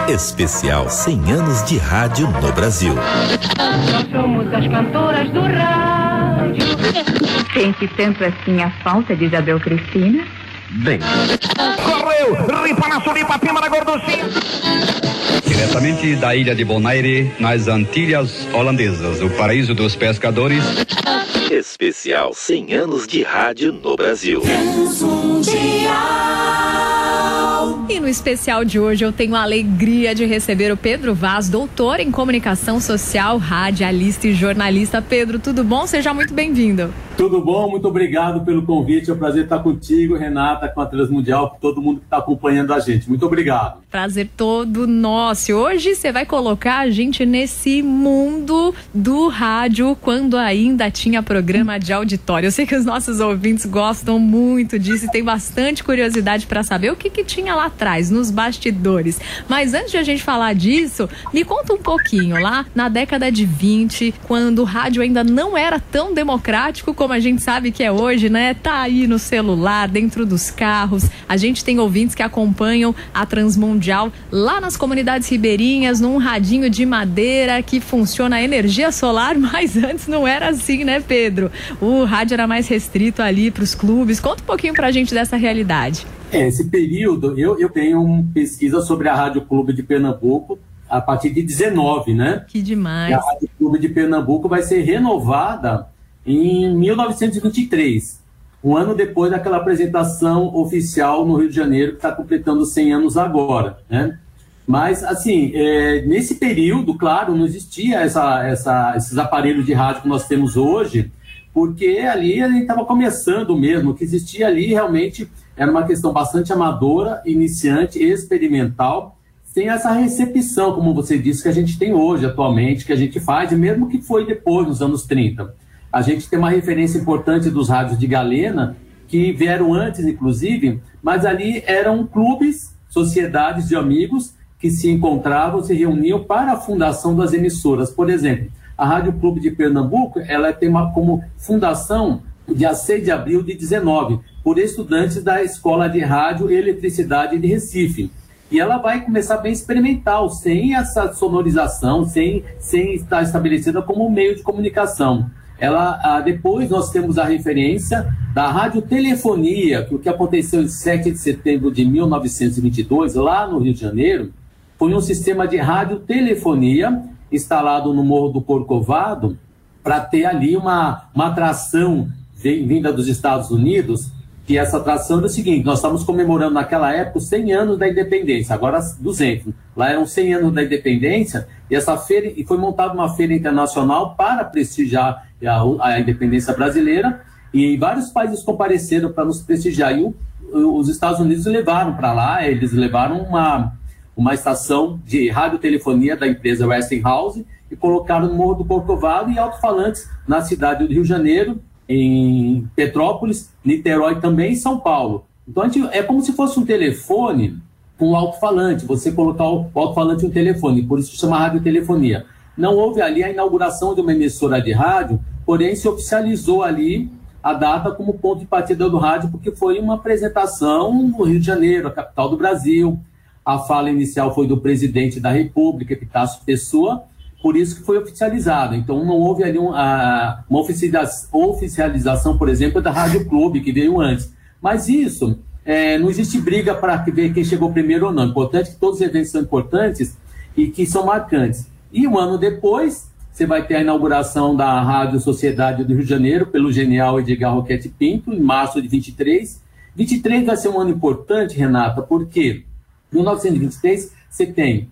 Especial 100 anos de rádio no Brasil. Nós somos as cantoras do rádio. Sente tanto assim a falta de Isabel Cristina? Bem. Correu, ripa na suripa, pima na gorduchinha. Diretamente da ilha de Bonaire, nas Antilhas Holandesas, o paraíso dos pescadores. Especial 100 anos de rádio no Brasil. E no especial de hoje eu tenho a alegria de receber o Pedro Vaz, doutor em comunicação social, radialista e jornalista. Pedro, tudo bom? Seja muito bem-vindo. Tudo bom, muito obrigado pelo convite, é um prazer estar contigo, Renata, com a Transmundial, com todo mundo que está acompanhando a gente, muito obrigado. Prazer todo nosso. Hoje você vai colocar a gente nesse mundo do rádio, quando ainda tinha programa de auditório. Eu sei que os nossos ouvintes gostam muito disso e tem bastante curiosidade para saber o que tinha lá atrás, nos bastidores. Mas antes de a gente falar disso, me conta um pouquinho, lá na década de 20, quando o rádio ainda não era tão democrático como a gente sabe que é hoje, né? Tá aí no celular, dentro dos carros. A gente tem ouvintes que acompanham a Transmundial lá nas comunidades ribeirinhas, num radinho de madeira que funciona a energia solar, mas antes não era assim, né, Pedro? O rádio era mais restrito ali para os clubes. Conta um pouquinho pra gente dessa realidade. Esse período, eu tenho uma pesquisa sobre a Rádio Clube de Pernambuco a partir de 19, né? Que demais. E a Rádio Clube de Pernambuco vai ser renovada em 1923, um ano depois daquela apresentação oficial no Rio de Janeiro, que está completando 100 anos agora, né? Mas, assim, nesse período, claro, não existia esses aparelhos de rádio que nós temos hoje, porque ali a gente estava começando mesmo, o que existia ali realmente era uma questão bastante amadora, iniciante, experimental, sem essa recepção, como você disse, que a gente tem hoje, atualmente, que a gente faz, e mesmo que foi depois, nos anos 30. A gente tem uma referência importante dos rádios de galena, que vieram antes, inclusive, mas ali eram clubes, sociedades de amigos que se encontravam, se reuniam para a fundação das emissoras. Por exemplo, a Rádio Clube de Pernambuco, ela tem como fundação dia 6 de abril de 19, por estudantes da Escola de Rádio e Eletricidade de Recife. E ela vai começar bem experimental, sem essa sonorização, sem estar estabelecida como meio de comunicação. Depois nós temos a referência da radiotelefonia, que o que aconteceu em 7 de setembro de 1922, lá no Rio de Janeiro, foi um sistema de radiotelefonia instalado no Morro do Corcovado para ter ali uma atração vinda dos Estados Unidos, que essa atração era o seguinte: nós estamos comemorando naquela época os 100 anos da independência, agora 200. Lá eram 100 anos da independência, e essa feira, e foi montada uma feira internacional para prestigiar a independência brasileira, e vários países compareceram para nos prestigiar, e os Estados Unidos levaram para lá, eles levaram uma estação de radiotelefonia da empresa Westinghouse e colocaram no Morro do Corcovado e alto-falantes na cidade do Rio de Janeiro, em Petrópolis, Niterói também, e São Paulo. Então é como se fosse um telefone com um alto-falante, você colocar o alto-falante e um telefone, por isso se chama radiotelefonia. Não houve ali a inauguração de uma emissora de rádio, porém se oficializou ali a data como ponto de partida do rádio, porque foi uma apresentação no Rio de Janeiro, a capital do Brasil. A fala inicial foi do presidente da República, Epitácio Pessoa, por isso que foi oficializado. Então não houve ali uma oficialização, por exemplo, da Rádio Clube, que veio antes. Mas isso, não existe briga para ver quem chegou primeiro ou não. O importante é que todos os eventos são importantes e que são marcantes. E um ano depois, você vai ter a inauguração da Rádio Sociedade do Rio de Janeiro, pelo genial Edgar Roquette Pinto, em março de 23. 23 vai ser um ano importante, Renata, porque em 1923 você tem,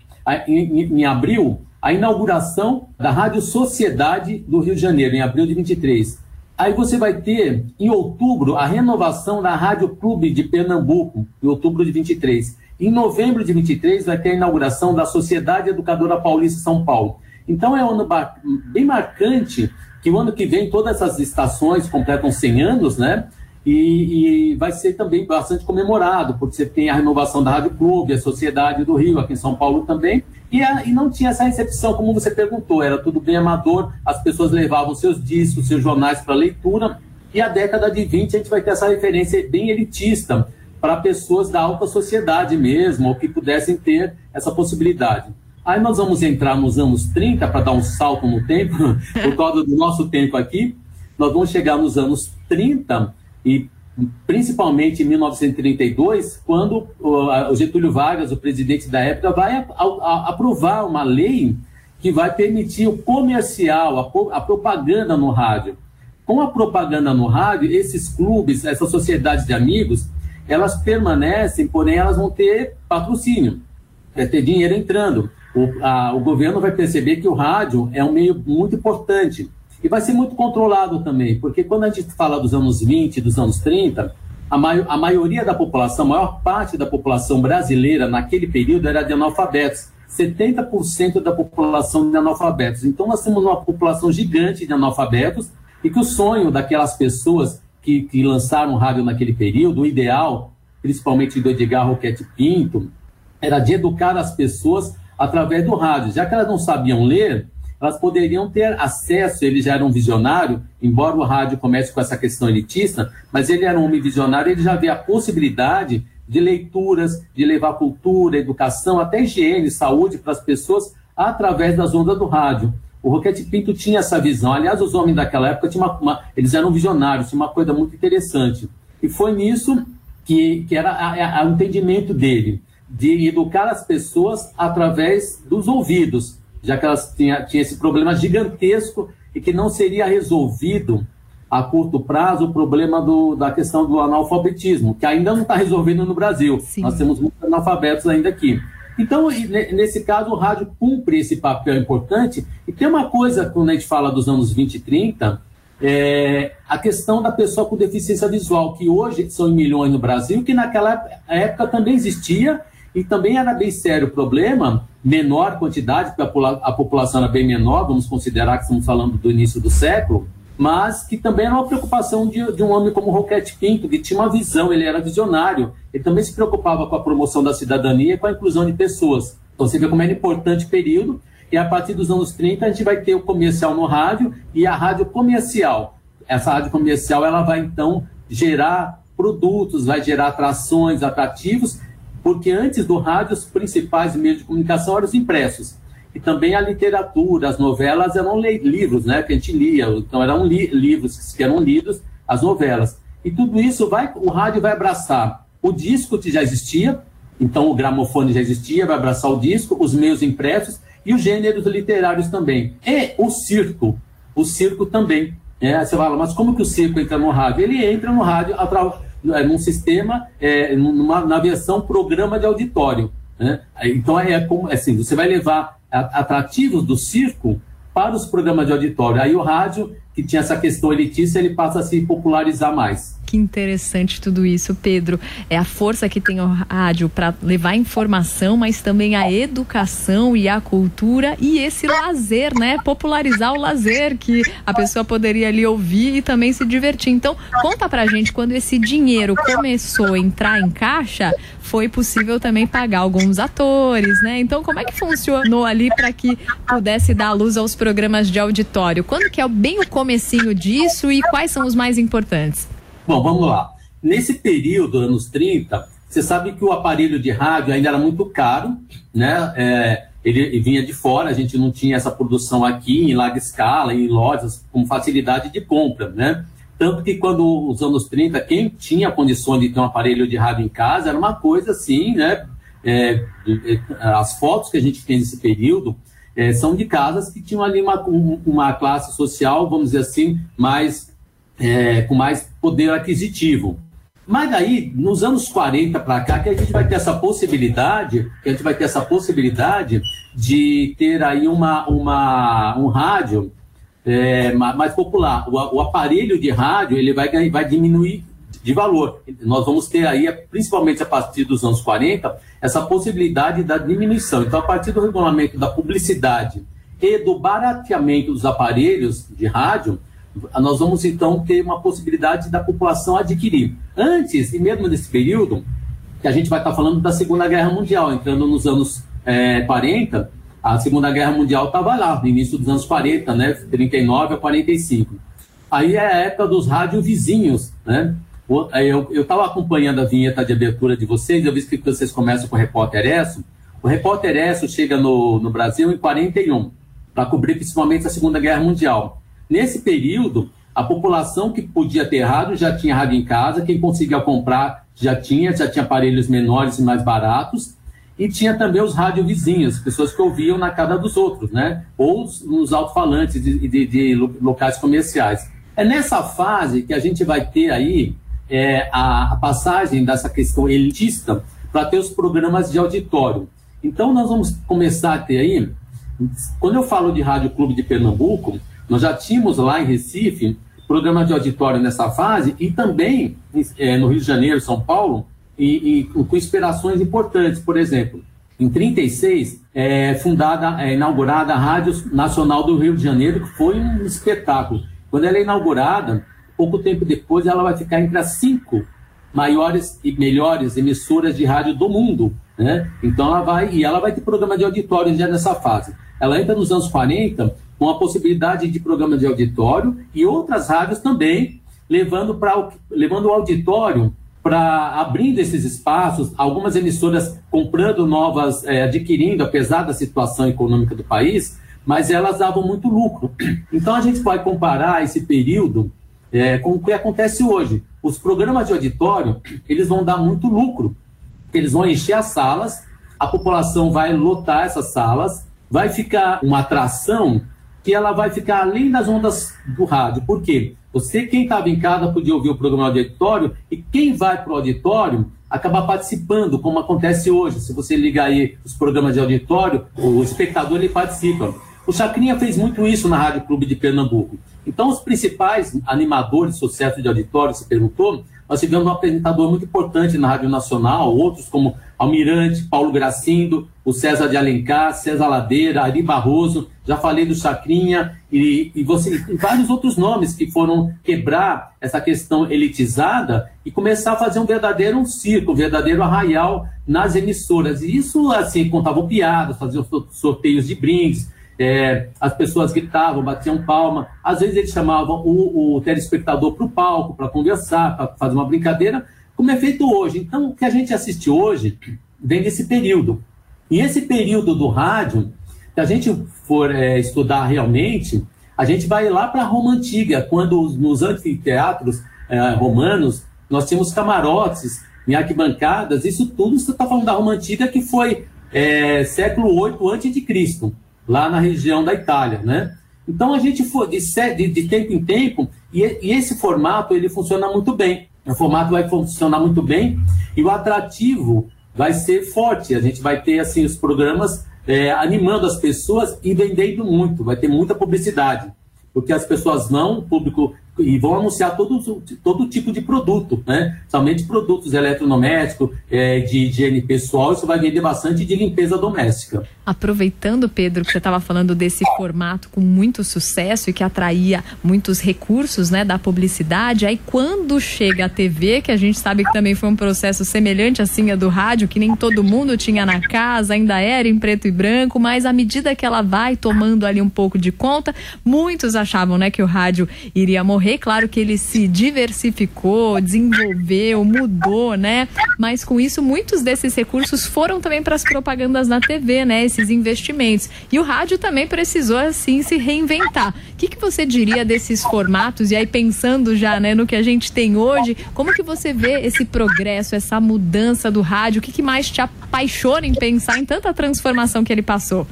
em abril, a inauguração da Rádio Sociedade do Rio de Janeiro, em abril de 23. Aí você vai ter, em outubro, a renovação da Rádio Clube de Pernambuco, em outubro de 23. Em novembro de 23 vai ter a inauguração da Sociedade Educadora Paulista São Paulo. Então é um ano bem marcante, que o ano que vem todas essas estações completam 100 anos, né? E vai ser também bastante comemorado, porque você tem a renovação da Rádio Clube, a Sociedade do Rio, aqui em São Paulo também, e não tinha essa recepção, como você perguntou, era tudo bem amador, as pessoas levavam seus discos, seus jornais para leitura, e a década de 20 a gente vai ter essa referência bem elitista, para pessoas da alta sociedade mesmo, ou que pudessem ter essa possibilidade. Aí nós vamos entrar nos anos 30, para dar um salto no tempo, por causa do nosso tempo aqui, nós vamos chegar nos anos 30 e principalmente em 1932, quando o Getúlio Vargas, o presidente da época, vai aprovar uma lei que vai permitir o comercial, a propaganda no rádio. Com a propaganda no rádio, esses clubes, essas sociedades de amigos, elas permanecem, porém elas vão ter patrocínio, vai ter dinheiro entrando. O governo vai perceber que o rádio é um meio muito importante e vai ser muito controlado também, porque quando a gente fala dos anos 20, dos anos 30, a maioria da população, a maior parte da população brasileira naquele período era de analfabetos, 70% da população de analfabetos. Então nós temos uma população gigante de analfabetos e que o sonho daquelas pessoas que lançaram o rádio naquele período, o ideal, principalmente do Edgar Roquete Pinto, era de educar as pessoas através do rádio. Já que elas não sabiam ler, elas poderiam ter acesso, ele já era um visionário, embora o rádio comece com essa questão elitista, mas ele era um homem visionário, ele já vê a possibilidade de leituras, de levar cultura, educação, até higiene, saúde para as pessoas através das ondas do rádio. O Roquete Pinto tinha essa visão. Aliás, os homens daquela época, eles eram visionários, tinha uma coisa muito interessante. E foi nisso que era o entendimento dele, de educar as pessoas através dos ouvidos, já que elas tinham esse problema gigantesco e que não seria resolvido a curto prazo o problema da questão do analfabetismo, que ainda não está resolvendo no Brasil. Sim. Nós temos muitos analfabetos ainda aqui. Então, nesse caso, o rádio cumpre esse papel importante. E tem uma coisa, quando a gente fala dos anos 20 e 30, a questão da pessoa com deficiência visual, que hoje são em milhões no Brasil, que naquela época também existia, e também era bem sério o problema, menor quantidade, porque a população era bem menor, vamos considerar que estamos falando do início do século, mas que também era uma preocupação de um homem como Roquete Pinto, que tinha uma visão, ele era visionário, ele também se preocupava com a promoção da cidadania e com a inclusão de pessoas. Então você vê como era importante o período, e a partir dos anos 30 a gente vai ter o comercial no rádio e a rádio comercial. Essa rádio comercial ela vai então gerar produtos, vai gerar atrações, atrativos, porque antes do rádio os principais meios de comunicação eram os impressos. E também a literatura, as novelas eram livros, né, que a gente lia, então eram livros que eram lidos, as novelas. E tudo isso o rádio vai abraçar. O disco que já existia, então o gramofone já existia, vai abraçar o disco, os meios impressos e os gêneros literários também. E o circo também. Você fala, mas como que o circo entra no rádio? Ele entra no rádio num sistema, na versão programa de auditório. Né? Então como assim, você vai levar atrativos do circo para os programas de auditório. Aí o rádio, que tinha essa questão elitista, ele passa a se popularizar mais. Que interessante tudo isso, Pedro. É a força que tem o rádio para levar informação, mas também a educação e a cultura e esse lazer, né? Popularizar o lazer, que a pessoa poderia ali ouvir e também se divertir. Então, conta pra gente, quando esse dinheiro começou a entrar em caixa, foi possível também pagar alguns atores, né? Então, como é que funcionou ali para que pudesse dar luz aos programas de auditório? Quando que é bem o comecinho disso e quais são os mais importantes? Bom, vamos lá. Nesse período, anos 30, você sabe que o aparelho de rádio ainda era muito caro, né? Ele vinha de fora, a gente não tinha essa produção aqui em larga escala, em lojas, com facilidade de compra, né? Tanto que quando, nos anos 30, quem tinha condições de ter um aparelho de rádio em casa era uma coisa assim, né? As fotos que a gente tem nesse período são de casas que tinham ali uma classe social, vamos dizer assim, com mais poder aquisitivo. Mas daí, nos anos 40 para cá, que a gente vai ter essa possibilidade, de ter aí um rádio mais popular. O aparelho de rádio ele vai diminuir de valor. Nós vamos ter aí, principalmente a partir dos anos 40, essa possibilidade da diminuição. Então, a partir do regulamento da publicidade e do barateamento dos aparelhos de rádio, nós vamos então ter uma possibilidade da população adquirir. Antes, e mesmo nesse período, que a gente vai estar falando da Segunda Guerra Mundial, entrando nos anos 40, a Segunda Guerra Mundial estava lá, no início dos anos 40, né, 39 a 45. Aí é a época dos radiovizinhos, né? Eu estava acompanhando a vinheta de abertura de vocês, eu vi que vocês começam com o Repórter Esso. O Repórter Esso chega no Brasil em 41, para cobrir principalmente a Segunda Guerra Mundial. Nesse período, a população que podia ter rádio já tinha rádio em casa, quem conseguia comprar já tinha aparelhos menores e mais baratos, e tinha também os radiovizinhos, pessoas que ouviam na casa dos outros, né? Ou nos alto-falantes de locais comerciais. É nessa fase que a gente vai ter aí a passagem dessa questão elitista para ter os programas de auditório. Então, nós vamos começar a ter aí, quando eu falo de Rádio Clube de Pernambuco, nós já tínhamos lá em Recife programa de auditório nessa fase e também no Rio de Janeiro, São Paulo, e com inspirações importantes. Por exemplo, em 1936, inaugurada a Rádio Nacional do Rio de Janeiro, que foi um espetáculo. Quando ela é inaugurada, pouco tempo depois, ela vai ficar entre as 5 maiores e melhores emissoras de rádio do mundo, né? Então ela vai ter programa de auditório já nessa fase. Ela entra nos anos 40 com a possibilidade de programa de auditório e outras rádios também levando o auditório para abrindo esses espaços, algumas emissoras comprando novas, adquirindo, apesar da situação econômica do país, mas elas davam muito lucro. Então a gente vai comparar esse período com o que acontece hoje. Os programas de auditório, eles vão dar muito lucro. Eles vão encher as salas, a população vai lotar essas salas, vai ficar uma atração que ela vai ficar além das ondas do rádio. Por quê? Quem estava em casa podia ouvir o programa de auditório e quem vai para o auditório acaba participando, como acontece hoje. Se você ligar aí os programas de auditório, o espectador ele participa. O Chacrinha fez muito isso na Rádio Clube de Pernambuco. Então, os principais animadores de sucesso de auditório, se perguntou, nós tivemos um apresentador muito importante na Rádio Nacional, outros como Almirante, Paulo Gracindo, o César de Alencar, César Ladeira, Ari Barroso, já falei do Chacrinha, e vários outros nomes que foram quebrar essa questão elitizada e começar a fazer um verdadeiro circo, um verdadeiro arraial nas emissoras. E isso, assim, contavam piadas, faziam sorteios de brindes, as pessoas gritavam, batiam palma, às vezes eles chamavam o telespectador para o palco, para conversar, para fazer uma brincadeira, como é feito hoje. Então, o que a gente assiste hoje vem desse período. E esse período do rádio, se a gente for estudar realmente, a gente vai lá para a Roma Antiga, quando nos anfiteatros romanos, nós tínhamos camarotes em arquibancadas, isso tudo você está falando da Roma Antiga, que foi século 8 a.C., lá na região da Itália, né? Então a gente foi de tempo em tempo e esse formato ele funciona muito bem. O formato vai funcionar muito bem e o atrativo vai ser forte. A gente vai ter assim os programas animando as pessoas e vendendo muito. Vai ter muita publicidade, porque as pessoas vão, o público, e vão anunciar todo tipo de produto, né? Somente produtos eletrodomésticos, de higiene pessoal, isso vai vender bastante de limpeza doméstica. Aproveitando, Pedro, que você estava falando desse formato com muito sucesso e que atraía muitos recursos, né, da publicidade, aí quando chega a TV, que a gente sabe que também foi um processo semelhante assim a do rádio, que nem todo mundo tinha na casa, ainda era em preto e branco, mas à medida que ela vai tomando ali um pouco de conta, muitos achavam, né, que o rádio iria morrer. Claro que ele se diversificou, desenvolveu, mudou, né? Mas com isso, muitos desses recursos foram também para as propagandas na TV, né? Esses investimentos. E o rádio também precisou, assim, se reinventar. O que você diria desses formatos? E aí, pensando já, né, no que a gente tem hoje, como que você vê esse progresso, essa mudança do rádio? O que mais te apaixona em pensar em tanta transformação que ele passou?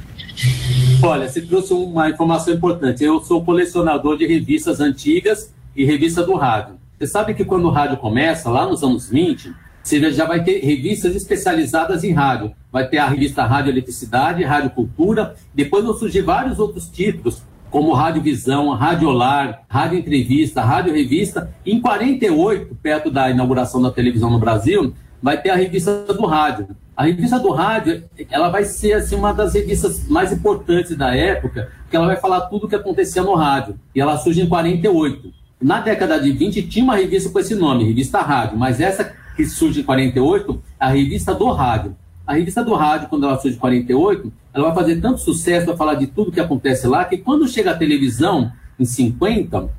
Olha, você trouxe uma informação importante. Eu sou colecionador de revistas antigas e revista do rádio. Você sabe que quando o rádio começa, lá nos anos 20, você já vai ter revistas especializadas em rádio. Vai ter a revista Rádio Eletricidade, Rádio Cultura, depois vão surgir vários outros títulos, como Rádio Visão, Rádio Olar, Rádio Entrevista, Rádio Revista. Em 48, perto da inauguração da televisão no Brasil, vai ter a revista do rádio. A revista do rádio, ela vai ser assim, uma das revistas mais importantes da época, porque ela vai falar tudo o que acontecia no rádio. E ela surge em 48. Na década de 20 tinha uma revista com esse nome, Revista Rádio, mas essa que surge em 48, a Revista do Rádio. A Revista do Rádio, quando ela surge em 48, ela vai fazer tanto sucesso, vai falar de tudo que acontece lá, que quando chega a televisão, em 50,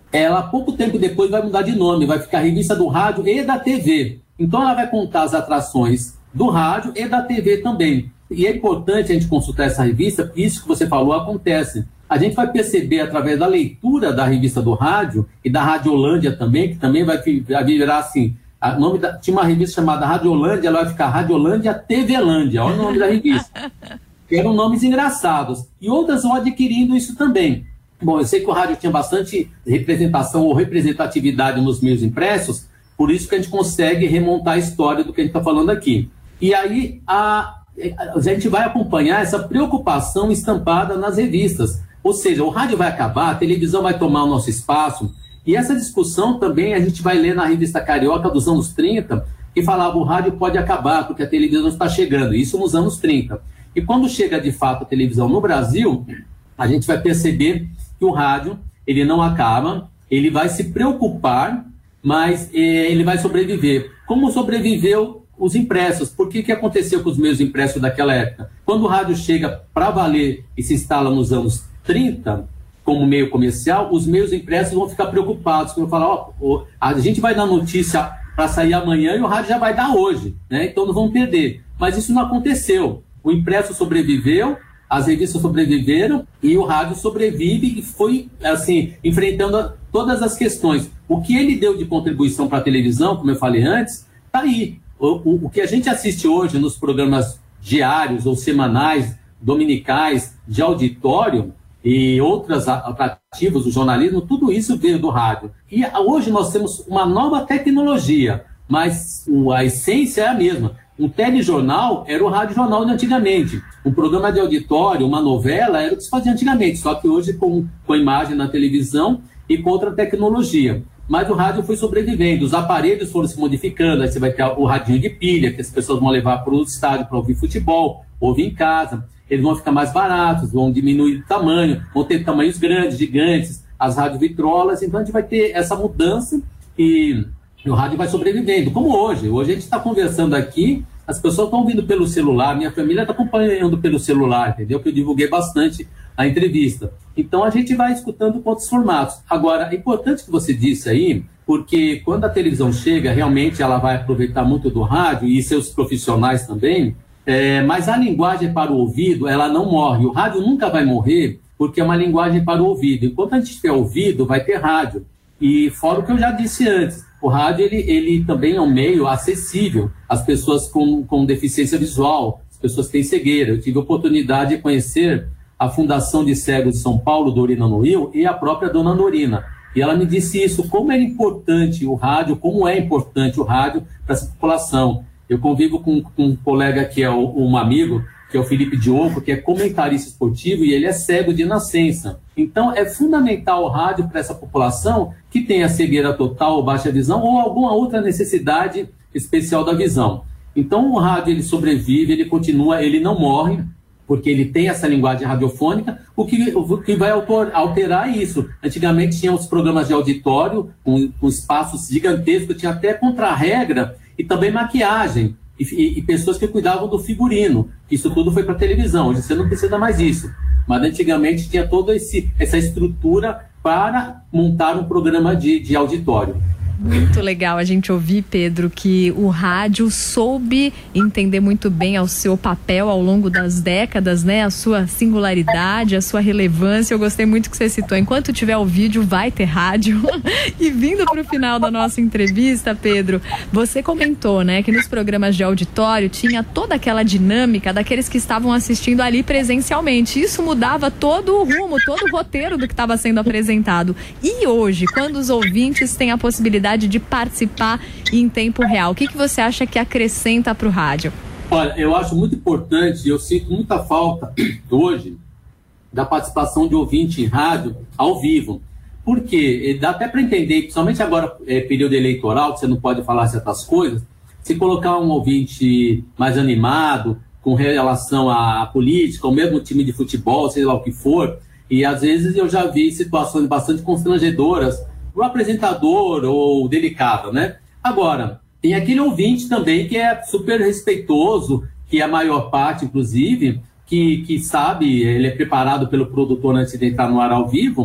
ela pouco tempo depois vai mudar de nome, vai ficar Revista do Rádio e da TV. Então ela vai contar as atrações do rádio e da TV também. E é importante a gente consultar essa revista, porque isso que você falou acontece. A gente vai perceber através da leitura da revista do rádio e da Radiolândia também, que também vai virar assim, tinha uma revista chamada Radiolândia, ela vai ficar Radiolândia TVlândia, olha o nome da revista. Que eram nomes engraçados. E outras vão adquirindo isso também. Bom, eu sei que o rádio tinha bastante representação ou representatividade nos meios impressos, por isso que a gente consegue remontar a história do que a gente está falando aqui. E aí a gente vai acompanhar essa preocupação estampada nas revistas. Ou seja, o rádio vai acabar, a televisão vai tomar o nosso espaço. E essa discussão também a gente vai ler na revista Carioca dos anos 30, que falava o rádio pode acabar porque a televisão está chegando. Isso nos anos 30. E quando chega de fato a televisão no Brasil, a gente vai perceber que o rádio ele não acaba, ele vai se preocupar, mas ele vai sobreviver. Como sobreviveu os impressos? Por que aconteceu com os meios impressos daquela época? Quando o rádio chega para valer e se instala nos anos 30, como meio comercial, os meios impressos vão ficar preocupados, vão falar, a gente vai dar notícia para sair amanhã e o rádio já vai dar hoje, né? Então não vão perder. Mas isso não aconteceu. O impresso sobreviveu, as revistas sobreviveram e o rádio sobrevive e foi, assim, enfrentando todas as questões. O que ele deu de contribuição para a televisão, como eu falei antes, está aí. O que a gente assiste hoje nos programas diários ou semanais, dominicais, de auditório e outros atrativos do jornalismo, tudo isso veio do rádio. E hoje nós temos uma nova tecnologia, mas a essência é a mesma. Um telejornal era o rádio-jornal de antigamente. Um programa de auditório, uma novela, era o que se fazia antigamente, só que hoje com imagem na televisão e com outra tecnologia. Mas o rádio foi sobrevivendo, os aparelhos foram se modificando, aí você vai ter o radinho de pilha, que as pessoas vão levar para o estádio para ouvir futebol, ouvir em casa. Eles vão ficar mais baratos, vão diminuir o tamanho, vão ter tamanhos grandes, gigantes, as radiovitrolas. Então a gente vai ter essa mudança e o rádio vai sobrevivendo, como hoje. Hoje a gente está conversando aqui, as pessoas estão ouvindo pelo celular, minha família está acompanhando pelo celular, entendeu? Que eu divulguei bastante a entrevista. Então a gente vai escutando com outros formatos. Agora, é importante que você disse aí, porque quando a televisão chega, realmente ela vai aproveitar muito do rádio e seus profissionais também, mas a linguagem para o ouvido, ela não morre. O rádio nunca vai morrer, porque é uma linguagem para o ouvido. Enquanto a gente tiver ouvido, vai ter rádio. E fora o que eu já disse antes, o rádio ele também é um meio acessível às pessoas com deficiência visual, as pessoas que têm cegueira. Eu tive a oportunidade de conhecer a Fundação de Cegos de São Paulo, Dorina Noil, e a própria dona Norina. E ela me disse isso, como era importante o rádio, como é importante o rádio para essa população. Eu convivo com um colega que é um amigo, que é o Felipe Diogo, que é comentarista esportivo e ele é cego de nascença. Então é fundamental o rádio para essa população que tem a cegueira total ou baixa visão ou alguma outra necessidade especial da visão. Então o rádio ele sobrevive, ele continua, ele não morre, porque ele tem essa linguagem radiofônica, o que vai alterar isso. Antigamente tinha os programas de auditório com espaços gigantescos, tinha até contra-regra e também maquiagem. E pessoas que cuidavam do figurino. Isso tudo foi para televisão. Hoje você não precisa mais disso. Mas antigamente tinha toda essa estrutura para montar um programa de auditório. Muito legal a gente ouvir, Pedro, que o rádio soube entender muito bem o seu papel ao longo das décadas, né? A sua singularidade, a sua relevância. Eu gostei muito que você citou. Enquanto tiver o vídeo, vai ter rádio. E vindo para o final da nossa entrevista, Pedro, você comentou, né, que nos programas de auditório tinha toda aquela dinâmica daqueles que estavam assistindo ali presencialmente. Isso mudava todo o rumo, todo o roteiro do que estava sendo apresentado. E hoje, quando os ouvintes têm a possibilidade de participar em tempo real, o que você acha que acrescenta para o rádio? Olha, eu acho muito importante, eu sinto muita falta hoje da participação de ouvinte em rádio ao vivo, porque dá até para entender, principalmente agora período eleitoral, que você não pode falar certas coisas, se colocar um ouvinte mais animado com relação à política, ao mesmo time de futebol, sei lá o que for, e às vezes eu já vi situações bastante constrangedoras o apresentador ou delicado, né? Agora, tem aquele ouvinte também que é super respeitoso, que é a maior parte, inclusive, que sabe, ele é preparado pelo produtor antes de entrar no ar ao vivo,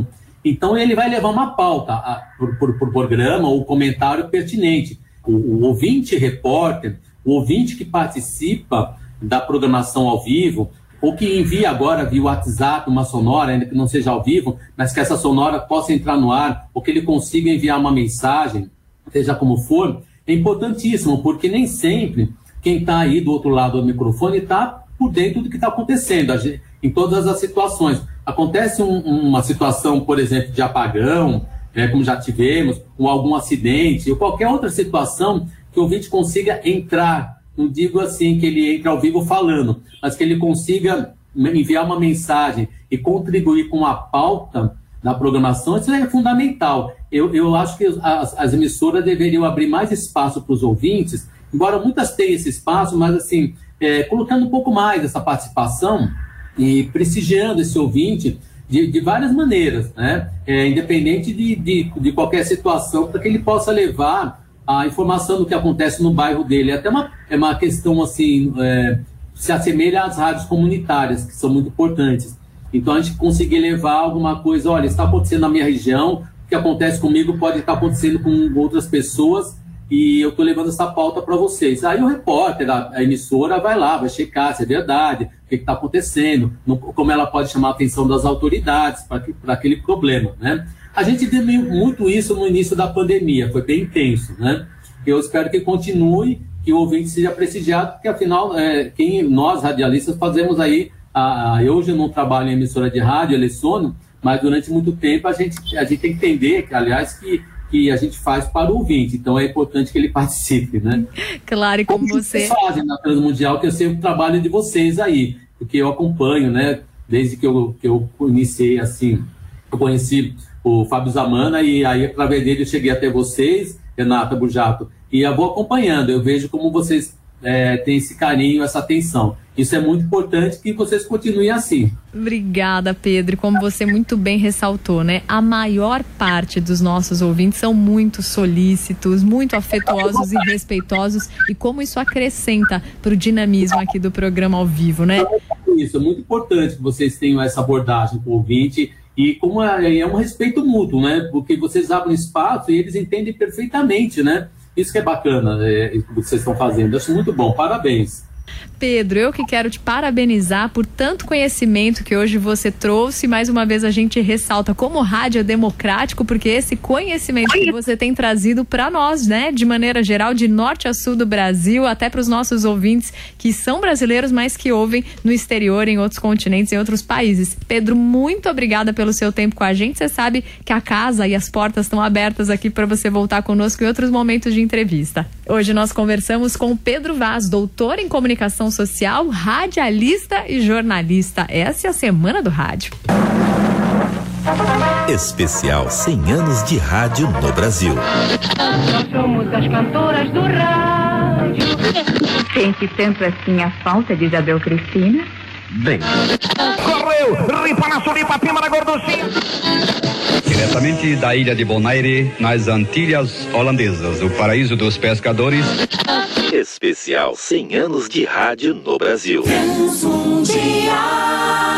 Então ele vai levar uma pauta por programa ou comentário pertinente. O ouvinte repórter, o ouvinte que participa da programação ao vivo, ou que envia agora via WhatsApp uma sonora, ainda que não seja ao vivo, mas que essa sonora possa entrar no ar, ou que ele consiga enviar uma mensagem, seja como for, é importantíssimo, porque nem sempre quem está aí do outro lado do microfone está por dentro do que está acontecendo, em todas as situações. Acontece uma situação, por exemplo, de apagão, como já tivemos, ou algum acidente, ou qualquer outra situação que o ouvinte consiga entrar. Não digo assim que ele entre ao vivo falando, mas que ele consiga enviar uma mensagem e contribuir com a pauta da programação. Isso é fundamental. Eu acho que as emissoras deveriam abrir mais espaço para os ouvintes, embora muitas tenham esse espaço, mas assim, colocando um pouco mais essa participação e prestigiando esse ouvinte de várias maneiras, né? Independente de qualquer situação, para que ele possa levar a informação do que acontece no bairro dele. Até uma questão assim, se assemelha às rádios comunitárias, que são muito importantes. Então a gente conseguir levar alguma coisa, olha, está acontecendo na minha região, o que acontece comigo pode estar acontecendo com outras pessoas, e eu estou levando essa pauta para vocês. Aí o repórter, a emissora vai lá, vai checar se é verdade, o que está acontecendo, como ela pode chamar a atenção das autoridades para aquele problema, né? A gente viu muito isso no início da pandemia, foi bem intenso, né? Eu espero que continue, que o ouvinte seja prestigiado, porque afinal, nós radialistas fazemos aí, hoje eu não trabalho em emissora de rádio, eu leciono, mas durante muito tempo a gente tem que entender, aliás, que a gente faz para o ouvinte, então é importante que ele participe, né? Claro, e como vocês fazem na Transmundial, que eu sei o trabalho de vocês aí, porque eu acompanho, né? Desde que eu iniciei assim, eu conheci o Fábio Zamana, e aí através dele eu cheguei até vocês, Renata Burjato, e eu vou acompanhando, eu vejo como vocês têm esse carinho, essa atenção. Isso é muito importante, que vocês continuem assim. Obrigada, Pedro. Como você muito bem ressaltou, né? A maior parte dos nossos ouvintes são muito solícitos, muito afetuosos e respeitosos, e como isso acrescenta para o dinamismo aqui do programa ao vivo, né? Isso, é muito importante que vocês tenham essa abordagem com o ouvinte, e como é um respeito mútuo, né? Porque vocês abrem espaço e eles entendem perfeitamente, né? Isso que é bacana, o que vocês estão fazendo. Eu acho muito bom, parabéns. Pedro, eu que quero te parabenizar por tanto conhecimento que hoje você trouxe. Mais uma vez a gente ressalta como o rádio é democrático, porque esse conhecimento que você tem trazido para nós, né, de maneira geral, de norte a sul do Brasil, até para os nossos ouvintes que são brasileiros, mas que ouvem no exterior, em outros continentes, em outros países. Pedro, muito obrigada pelo seu tempo com a gente. Você sabe que a casa e as portas estão abertas aqui para você voltar conosco em outros momentos de entrevista. Hoje nós conversamos com Pedro Vaz, doutor em comunicação social, radialista e jornalista. Essa é a Semana do Rádio. Especial 100 anos de rádio no Brasil. Nós somos as cantoras do rádio. Sente tanto assim a falta de Isabel Cristina? Bem. Correu, ripa na suripa, pima na gorduchinha. Diretamente da ilha de Bonaire, nas Antilhas Holandesas, o paraíso dos pescadores. Especial 100 anos de rádio no Brasil. Transmundial.